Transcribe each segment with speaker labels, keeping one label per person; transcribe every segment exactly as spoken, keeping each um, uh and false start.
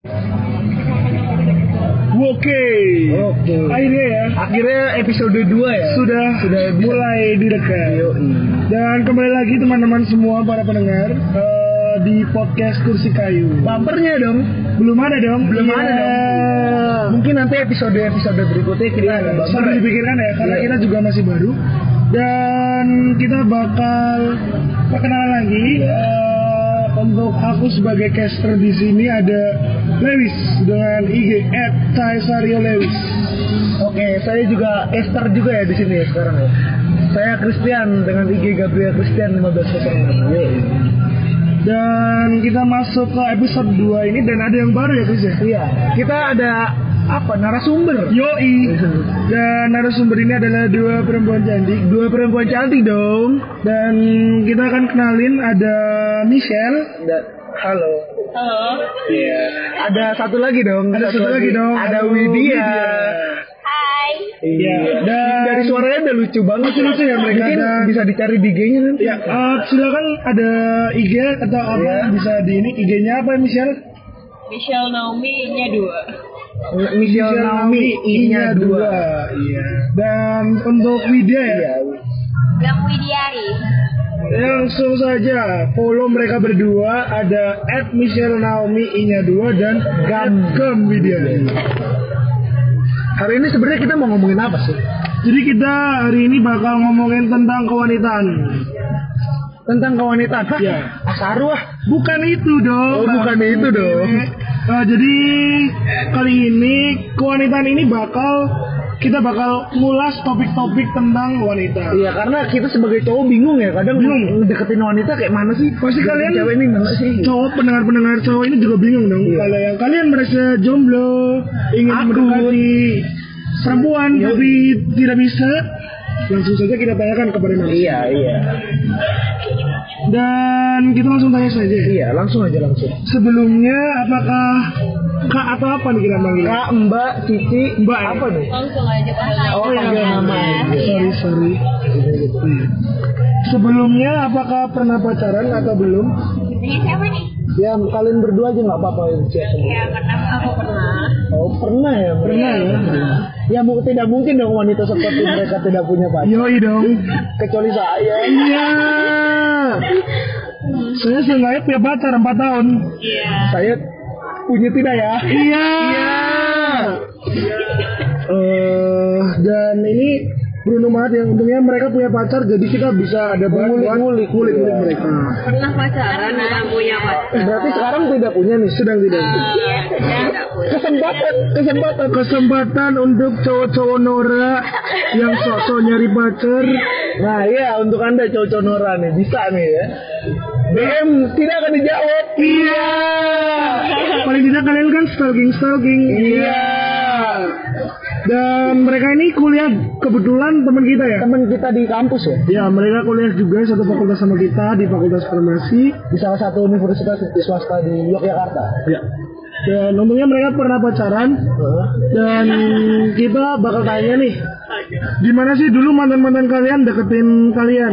Speaker 1: Oke. Oke. Akhirnya ya.
Speaker 2: Akhirnya episode dua ya.
Speaker 1: Sudah sudah mulai direkam. Dan kembali lagi teman-teman semua para pendengar uh, di podcast Kursi Kayu.
Speaker 2: Bumpernya dong.
Speaker 1: Belum ada dong.
Speaker 2: Belum
Speaker 1: yeah.
Speaker 2: ada dong. Mungkin nanti episode-episode berikutnya kita ada bumper.
Speaker 1: Sambil dipikirkan ya, karena yeah. kita juga masih baru. Dan kita bakal perkenalan lagi. Uh, Untuk aku sebagai caster di sini ada Lewis dengan I G at Taisario Lewis.
Speaker 2: Oke, saya juga caster juga ya di sini ya sekarang ya. Saya Christian dengan I G Gabriel Christian lima belas nol enam.
Speaker 1: Dan kita masuk ke episode dua ini dan ada yang baru ya Chris ya?
Speaker 2: Iya. Kita ada apa narasumber?
Speaker 1: Yoi. Dan narasumber ini adalah dua perempuan cantik,
Speaker 2: dua perempuan cantik dong.
Speaker 1: Dan kita akan kenalin ada Michelle.
Speaker 2: Da- Halo.
Speaker 3: Halo.
Speaker 2: Iya. Ada satu lagi dong.
Speaker 1: Ada satu, satu lagi dong.
Speaker 2: Ada Widya.
Speaker 3: Hai.
Speaker 1: Iya. Dan
Speaker 2: dari suaranya udah lucu banget.
Speaker 1: Lucu-lucu ya mereka.
Speaker 2: Mungkin
Speaker 1: dan
Speaker 2: bisa dicari di I G-nya nanti.
Speaker 1: Ya. Uh, silakan ada I G atau apa ya. Bisa di ini. I G-nya apa Michelle?
Speaker 3: Michelle Naomi-nya dua.
Speaker 1: Michelle Naomi I-nya dua. Iya. Dan untuk Widya ya.
Speaker 2: Iya.
Speaker 3: Gam Widyari.
Speaker 1: Langsung saja follow mereka berdua, ada at Michelle Naomi I-nya dua dan Gam Gam Widyari.
Speaker 2: Hari ini sebenarnya kita mau ngomongin apa sih?
Speaker 1: Jadi kita hari ini bakal ngomongin tentang kewanitaan.
Speaker 2: Tentang kewanitaan? Hah?
Speaker 1: Ya.
Speaker 2: Asaru ah.
Speaker 1: Bukan itu dong.
Speaker 2: Oh, bukan nah, itu dong.
Speaker 1: Nah, jadi kali ini kewanitaan ini bakal kita bakal ngulas topik-topik tentang wanita.
Speaker 2: Iya, karena kita sebagai cowok bingung ya, kadang bingung deketin wanita kayak mana sih?
Speaker 1: Pasti kalian
Speaker 2: cewek ini mana sih?
Speaker 1: Cowok pendengar-pendengar cowok ini juga bingung dong. Iya. Kalau yang kalian merasa jomblo, ingin
Speaker 2: Aku.
Speaker 1: mendekati perempuan iya. tapi tidak bisa, langsung saja kita tanyakan kepada Mas.
Speaker 2: Iya, iya.
Speaker 1: Dan kita langsung tanya saja.
Speaker 2: Iya, langsung aja langsung.
Speaker 1: Sebelumnya apakah Kak atau apa nih kita panggil?
Speaker 2: Kak, Mbak, Cici,
Speaker 1: Mbak
Speaker 2: apa nih?
Speaker 3: Langsung aja panggil.
Speaker 2: Oh, panggil nama.
Speaker 1: Sorry, sorry. Sebelumnya apakah pernah pacaran atau belum?
Speaker 3: Dengan siapa nih?
Speaker 2: Ya, kalian berdua aja nggak apa-apa ya.
Speaker 3: Ya, pernah. Aku pernah.
Speaker 2: Oh, pernah ya?
Speaker 1: Pernah ya?
Speaker 2: Ya, mu- tidak mungkin dong wanita seperti mereka tidak punya pacar.
Speaker 1: Yoi dong.
Speaker 2: Kecuali saya.
Speaker 1: Iya. Saya seenggaknya punya pacar empat tahun.
Speaker 3: Iya.
Speaker 2: Saya punya tidak ya?
Speaker 1: Iya. Eh, dan ini beruntung banget ya, untungnya mereka punya pacar jadi kita bisa ada bahan buat kulik-kulik
Speaker 2: iya.
Speaker 1: mereka.
Speaker 3: Pernah pacaran bukan punya pacar.
Speaker 2: Eh, berarti sekarang tidak punya nih, sedang tidak.
Speaker 3: Uh, ya, tidak punya.
Speaker 2: Kesempatan, kesempatan,
Speaker 1: kesempatan untuk cowok-cowok Nora yang sok-sok nyari pacar.
Speaker 2: Nah iya, untuk anda cowok-cowok Nora nih bisa nih ya. D M tidak akan dijawab.
Speaker 1: Iya. Paling tidak kalian kan stalking-stalking.
Speaker 2: Iya.
Speaker 1: Dan mereka ini kuliah kebetulan teman kita ya.
Speaker 2: Teman kita di kampus ya.
Speaker 1: Ya, mereka kuliah juga satu fakultas sama kita di Fakultas Farmasi
Speaker 2: di salah satu universitas di swasta di Yogyakarta.
Speaker 1: Ya. Dan untungnya mereka pernah pacaran. Dan kita bakal tanya nih, gimana sih dulu mantan-mantan kalian deketin kalian?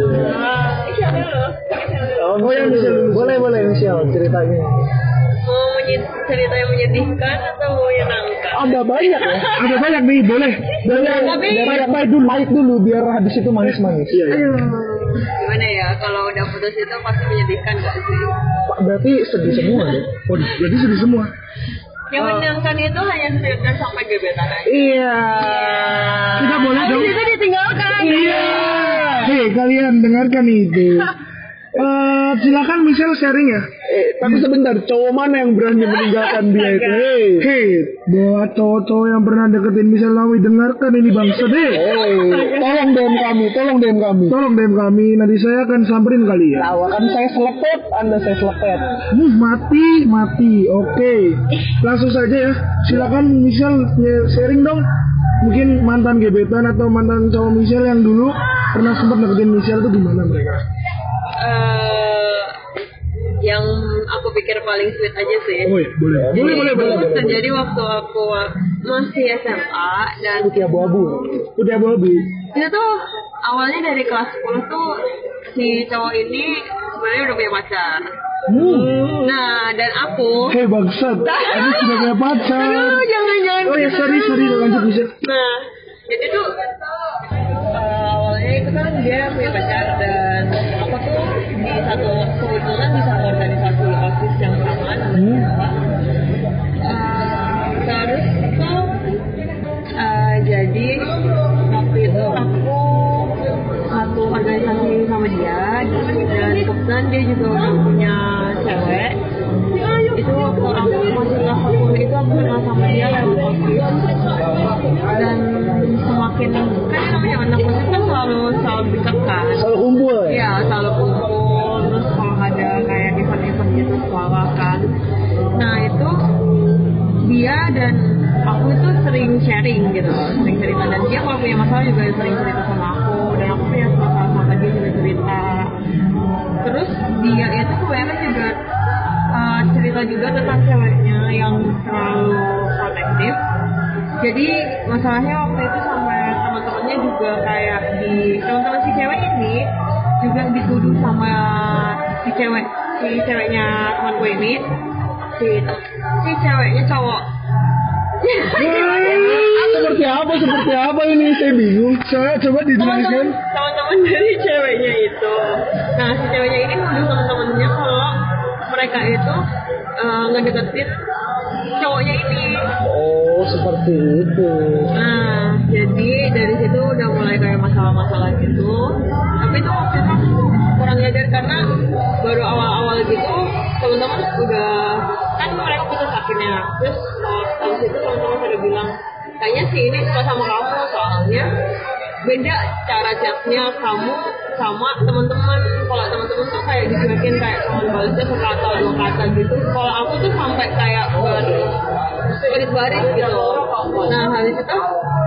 Speaker 2: Oh, oh ya Michelle, boleh boleh Michelle ceritanya.
Speaker 3: Mau menyed- cerita yang menyedihkan atau mau menyenangkan?
Speaker 2: Ada banyak ya.
Speaker 1: Ada banyak nih, boleh.
Speaker 2: Dari
Speaker 3: Tapi-
Speaker 2: dari yang pahit dulu, pahit dulu biar habis itu manis-manis.
Speaker 1: Iya, iya.
Speaker 3: Gimana ya, kalau udah putus itu pasti menyedihkan gak sih?
Speaker 2: Pak, berarti sedih semua deh.
Speaker 1: Waduh, berarti sedih semua.
Speaker 3: Yang menyenangkan itu hanya sekedar sampai gebetan aja.
Speaker 2: Iya.
Speaker 1: Kita boleh dong.
Speaker 3: Habis itu ditinggalkan.
Speaker 1: Iya. Hei, kalian dengarkan itu. Eh, silakan Michelle sharing ya.
Speaker 2: Eh, tapi sebentar, cowok mana yang berani meninggalkan dia itu? Hei,
Speaker 1: Hei, buat cowok-cowok yang pernah deketin Michelle Naomi, dengarkan ini bangsa deh.
Speaker 2: hey, tolong D M kami, tolong D M kami.
Speaker 1: Tolong D M kami, nanti saya akan samperin kalian.
Speaker 2: Tahu kan saya selepet, Anda saya selepet.
Speaker 1: Hmm, mati, mati. Oke, langsung saja ya. Silakan Michelle sharing dong. Mungkin mantan gebetan atau mantan cowok Michelle yang dulu pernah sempat deketin Michelle itu gimana mereka?
Speaker 3: Eh, yang aku pikir paling sweet aja sih.
Speaker 1: Oh iya, boleh.
Speaker 3: Jadi,
Speaker 1: Boleh, boleh, boleh.
Speaker 3: itu terjadi waktu aku masih S M A dan
Speaker 2: Putih abu-abu.
Speaker 1: Udah abu-abu.
Speaker 3: itu tuh awalnya dari kelas sepuluh tuh si cowok ini sebenarnya udah punya pacar.
Speaker 1: Hmm.
Speaker 3: Nah, dan aku
Speaker 1: Hei bangsat, aku sudah punya pacar.
Speaker 3: Aduh, jangan-jangan
Speaker 1: Oh ya sorry sorry lanjut bisa.
Speaker 3: Nah, jadi tuh uh, awalnya itu kan dia punya pacar dan aku tuh di satu kebetulan di satu organisasi OSIS yang sama namanya. Uh, terus itu uh, jadi waktu itu aku satu organisasi sama dia dan kebetulan dia juga udah punya cewek. Itu waktu aku masih kelas satu itu aku kenal sama dia lewat OSIS dan semakin kan namanya anak OSIS kan selalu selalu dekat kan
Speaker 1: Selalu kumpul ya?
Speaker 3: iya selalu kumpul terus kalau ada kayak event-event gitu sekolah kan nah itu dia dan aku itu sering sharing gitu sering cerita dan dia kalau punya masalah juga sering cerita sama aku dan aku punya masalah sama dia juga cerita terus dia itu kemarin juga Uh, cerita juga tentang ceweknya yang terlalu protektif. Jadi masalahnya waktu itu sampai teman-temannya juga kayak di teman-teman si cewek ini juga dituduh sama si cewek si ceweknya temanku ini si si ceweknya cowok.
Speaker 1: Seperti apa seperti apa ini saya bingung. Saya coba dijelaskan.
Speaker 3: Teman-teman dari ceweknya itu. Nah si ceweknya ini nuduh teman-temannya kalau mereka itu uh, ngedeketin cowoknya ini.
Speaker 1: Oh seperti itu.
Speaker 3: Nah jadi dari situ udah mulai kayak masalah-masalah gitu. Tapi itu waktu itu aku kurang nyadar karena baru awal-awal gitu teman-teman udah kan mereka putus akhirnya. Terus habis itu teman-teman pada bilang kayaknya sih ini suka sama kamu soalnya beda cara chatnya kamu sama teman-teman. Kalau teman-teman tuh kayak dicuekin kayak teman balasnya sekata dua kata gitu. Kalau aku tuh sampai kayak baris-baris gitu. Nah habis itu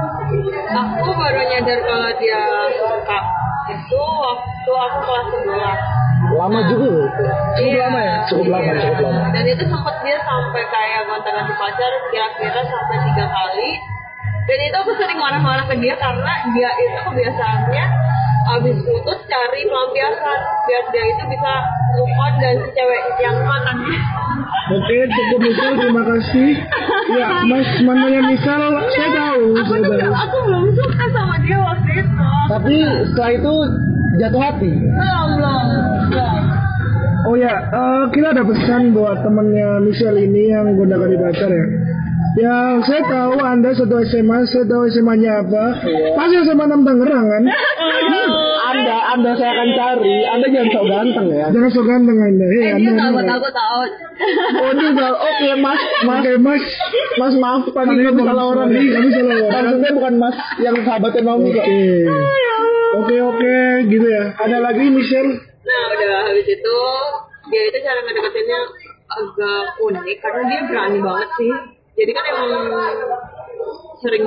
Speaker 3: aku baru nyadar kalau dia suka itu waktu aku kelas sebelas.
Speaker 1: Lama juga loh. Cukup
Speaker 3: iya,
Speaker 1: lama ya? Cukup lama,
Speaker 3: iya.
Speaker 1: cukup lama.
Speaker 3: Dan itu sempat dia sampai kayak gonta-ganti pacar kira-kira sampai tiga kali. Dan itu aku sering marah-marah ke dia karena dia itu kebiasaannya abis putus cari pelampiasan biar dia itu bisa move on dan si cewek yang mantannya.
Speaker 1: Oke, cukup Misal, terima kasih. Ya, Mas mantannya Misal, saya tahu,
Speaker 3: Aku
Speaker 1: saya
Speaker 3: tuh
Speaker 1: tahu.
Speaker 3: aku belum suka sama dia waktu itu.
Speaker 1: Tapi setelah itu jatuh hati.
Speaker 3: Belum belum belum.
Speaker 1: Oh ya, eh, kita ada pesan buat temennya Michelle ini yang gunakan di pacar ya. Yang saya tahu Anda satu S M A, saya tahu S M A-nya apa.
Speaker 2: Iya.
Speaker 1: Pasti S M A enam Tangerang kan?
Speaker 2: Anda, Anda saya akan cari. Anda jangan so ganteng ya.
Speaker 1: Jangan so ganteng Anda.
Speaker 3: Eh
Speaker 1: Hei,
Speaker 3: dia
Speaker 1: Anda.
Speaker 3: takut
Speaker 1: Anda.
Speaker 3: takut takut.
Speaker 2: Oh ini udah oke mas, mas,
Speaker 1: Oke, Mas.
Speaker 2: mas maaf tadi
Speaker 1: Tadi
Speaker 2: kami
Speaker 1: bukan
Speaker 2: salah orang
Speaker 1: sorry,
Speaker 2: nih.
Speaker 1: kami salah orang.
Speaker 2: Maksudnya bukan mas yang sahabatnya Naomi kok.
Speaker 1: Oke. Oke, oke, gitu ya. Ada lagi Michelle?
Speaker 3: Nah udah habis itu dia itu cara ngedeketinnya agak unik karena dia berani banget sih. Jadi kan emang sering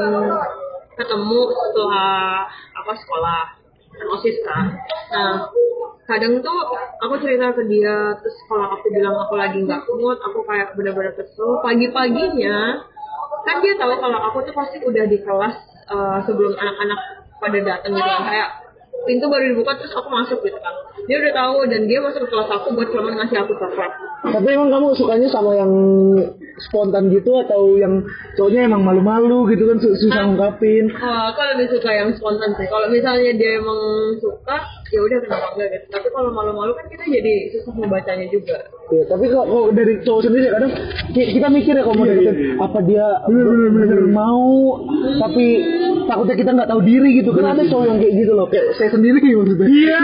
Speaker 3: ketemu setelah apa sekolah kan OSIS kan. Nah kadang tuh aku cerita ke dia terus kalau aku bilang aku lagi nggak mood aku kayak benar-benar kesel pagi-paginya kan dia tahu kalau aku tuh pasti udah di kelas uh, sebelum anak-anak pada datang gitu kan kayak pintu baru dibuka terus aku masuk gitu kan dia udah tahu dan dia masuk ke kelas aku buat cuma ngasih aku coklat.
Speaker 2: Tapi emang kamu sukanya sama yang spontan gitu atau yang cowoknya emang malu-malu gitu kan su- susah ngungkapin?
Speaker 3: Oh, aku lebih suka yang spontan sih. Kalau misalnya dia emang suka, ya udah kenapa enggak gitu. Tapi kalau malu-malu kan kita jadi susah membacanya juga.
Speaker 2: Ya, tapi kok kok dari cowok sendiri kadang ki- kita mikir ya kalau mau deketin apa dia bener-bener mau tapi takutnya kita nggak tahu diri gitu kan ada cowok yang kayak gitu loh kayak saya sendiri maksudnya.
Speaker 1: Iya.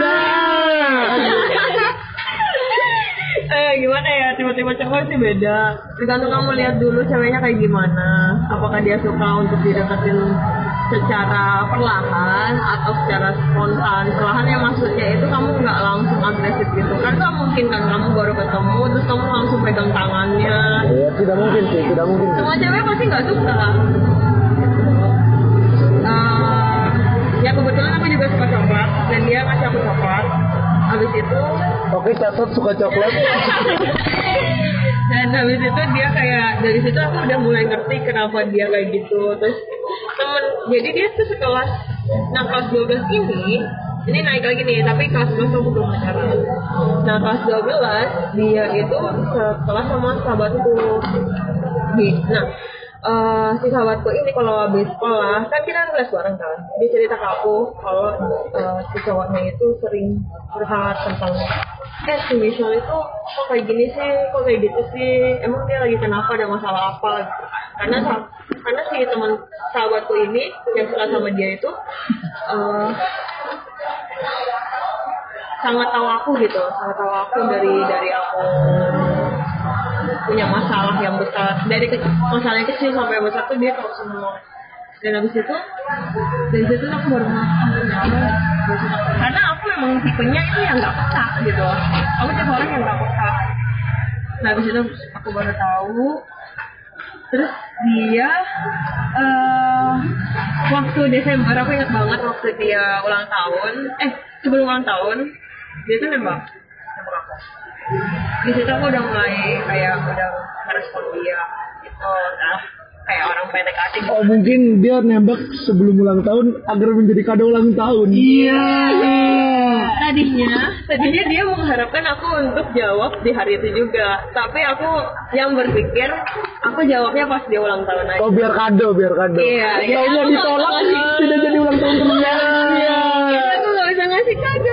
Speaker 3: Eh gimana ya tiba-tiba cewek sih beda. Tergantung kamu lihat dulu ceweknya kayak gimana. Apakah dia suka untuk dideketin secara perlahan atau secara spontan. Perlahan yang maksudnya itu kamu nggak langsung agresif gitu kan nggak mungkin kan kamu baru ketemu terus kamu langsung pegang tangannya.
Speaker 2: Ya tidak mungkin sih tidak mungkin.
Speaker 3: Semua cewek pasti nggak suka. Uh, ya kebetulan aku juga suka coklat dan dia ngasih aku coklat. Habis itu
Speaker 2: Oke catat suka coklat.
Speaker 3: dan habis itu dia kayak dari situ aku udah mulai ngerti kenapa dia kayak gitu. Terus temen jadi dia tuh sekelas nah kelas dua belas ini ini naik lagi nih, tapi kelas dua belas aku belum pacaran. Nah kelas dua belas dia itu sekelas sama sahabatku. Nah uh, si sahabatku ini kalau habis sekolah kan kita kan kelas bareng kan, dia cerita ke aku kalau uh, si cowoknya itu sering curhat tentang eh si Michelle itu kok kayak gini sih, kok kayak gitu sih, emang dia lagi kenapa, ada masalah apa gitu. Karena karena si teman sahabatku ini yang suka sama dia itu uh, sangat tahu aku gitu, sangat tahu aku dari dari aku punya masalah yang besar, dari ke, masalah yang kecil sampai yang besar tuh dia tahu semua. Dan habis itu dari situ aku baru ngomong, karena aku memang tipenya itu yang nggak peka gitu, aku tipe orang yang nggak peka. Nah habis itu aku baru tahu. Terus dia uh, waktu Desember, aku ingat banget waktu dia ulang tahun, eh sebelum ulang tahun dia tuh nembak nembak aku. Di situ aku udah mulai kayak udah merespon dia gitu, nah kayak orang P D K T gitu.
Speaker 2: Oh mungkin dia nembak sebelum ulang tahun agar menjadi kado ulang tahun.
Speaker 1: Iya.
Speaker 3: Tadinya, tadinya dia mengharapkan aku untuk jawab di hari itu juga. Tapi aku yang berpikir aku jawabnya pas dia ulang tahun aja.
Speaker 2: Oh biar kado, biar kado.
Speaker 3: Iya.
Speaker 2: Kalau ditolak tidak jadi ulang tahun ternyata.
Speaker 3: Iya. Aku nggak bisa ngasih kado.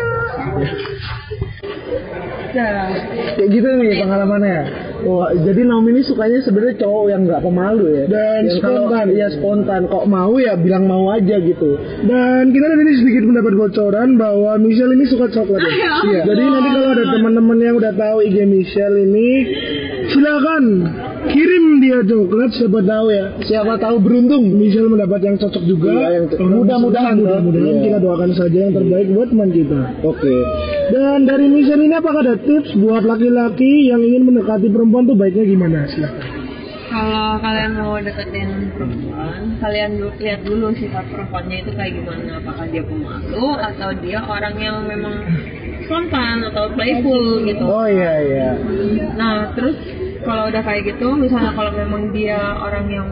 Speaker 2: Nah, kayak gitu nih pengalamannya. Wah, jadi Naomi ini sukanya sebenarnya cowok yang nggak pemalu ya.
Speaker 1: Dan
Speaker 2: yang
Speaker 1: spontan.
Speaker 2: Iya spontan. Kok mau ya bilang mau aja gitu.
Speaker 1: Dan kita dari ini sedikit mendapat bocoran bahwa Michelle ini suka coklat ya. Iya. Jadi nanti kalau ada teman-teman yang udah tahu I G Michelle ini, silakan kirim dia coklat, siapa tahu ya.
Speaker 2: Siapa tahu beruntung
Speaker 1: Michelle mendapat yang cocok juga.
Speaker 2: Iya, yang cocok. Mudah-mudahan,
Speaker 1: mudah-mudahan
Speaker 2: iya.
Speaker 1: Kita doakan saja yang terbaik buat teman kita.
Speaker 2: Oke. Okay.
Speaker 1: Dan dari Michelle ini apakah ada tips buat laki-laki yang ingin mendekati perempuan tuh baiknya gimana? Silakan.
Speaker 3: Kalau kalian mau deketin perempuan, kalian lihat dulu sifat perempuannya itu kayak gimana. Apakah dia pemalu atau dia orang yang memang spontan atau playful gitu.
Speaker 2: Oh iya iya.
Speaker 3: Nah terus kalau udah kayak gitu, misalnya kalau memang dia orang yang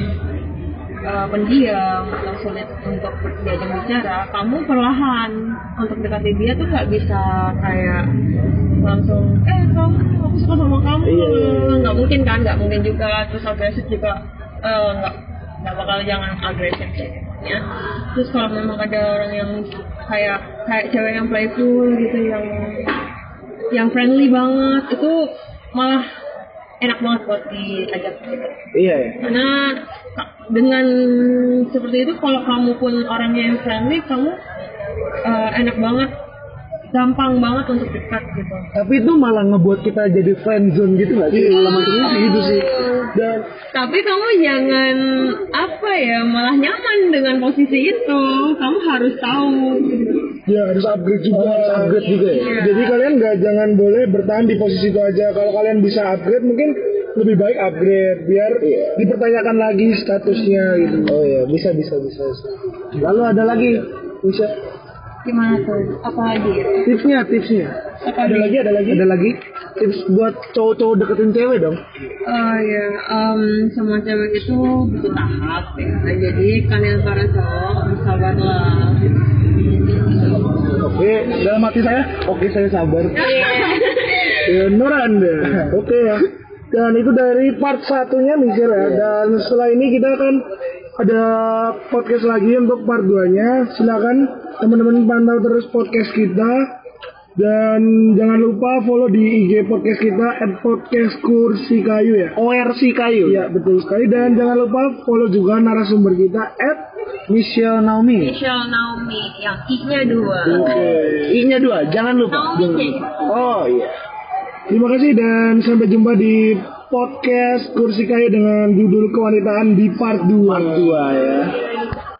Speaker 3: uh, pendiam atau sulit untuk diajak bicara, kamu perlahan untuk dekati dia tuh nggak bisa kayak langsung eh kamu aku suka sama kamu,
Speaker 2: iya, iya.
Speaker 3: nggak mungkin kan, nggak mungkin juga. Terus agresif juga uh, nggak nggak bakal, jangan agresif ya. Terus kalau memang ada orang yang kayak kayak cewek yang playful gitu, yang yang friendly banget, itu malah enak banget buat diajak gitu.
Speaker 2: Iya ya.
Speaker 3: Karena dengan seperti itu, kalau kamu pun orangnya yang friendly, kamu uh, enak banget, gampang banget untuk dekat gitu.
Speaker 2: Tapi itu malah ngebuat kita jadi friendzone gitu nggak sih? Malah maksudnya gitu sih. Dan
Speaker 3: tapi kamu jangan apa ya, malah nyaman dengan posisi itu. Kamu harus tahu.
Speaker 1: Ya harus upgrade juga.
Speaker 2: Oh, harus upgrade juga ya.
Speaker 3: Iya.
Speaker 1: Jadi kalian nggak jangan boleh bertahan di posisi itu aja. Kalau kalian bisa upgrade, mungkin lebih baik upgrade biar
Speaker 2: Iya.
Speaker 1: dipertanyakan lagi statusnya gitu.
Speaker 2: Oh iya bisa bisa bisa. bisa. Lalu ada lagi bisa
Speaker 3: Gimana tuh? Apa lagi ya?
Speaker 2: tipsnya tipsnya.
Speaker 3: Apa
Speaker 1: Ada lagi, ada lagi.
Speaker 2: Ada lagi tips buat cowok-cowok deketin cewek dong.
Speaker 3: Oh ya, um, semua cewek itu butuh tahap ya. Jadi kalian para cowok bersabarlah.
Speaker 2: Oke, dalam hati saya, oke saya sabar.
Speaker 1: Ya, Nur Anda. Oke ya. Dan itu dari part satunya Michelle ya. Dan setelah ini kita akan ada podcast lagi untuk part dua nya. Silakan teman-teman pantau terus podcast kita. Dan jangan lupa follow di I G podcast kita at podcast kursi kayu ya.
Speaker 2: O R C kayu.
Speaker 1: Iya betul sekali. Dan jangan lupa follow juga narasumber kita at
Speaker 2: Michelle Naomi.
Speaker 3: Michelle Naomi, yang I-nya dua.
Speaker 2: I-nya dua, jangan lupa.
Speaker 3: Naomi.
Speaker 2: Oh iya.
Speaker 1: Terima kasih dan sampai jumpa di podcast kursi kayu dengan judul kewanitaan di part dua.
Speaker 2: Part dua ya.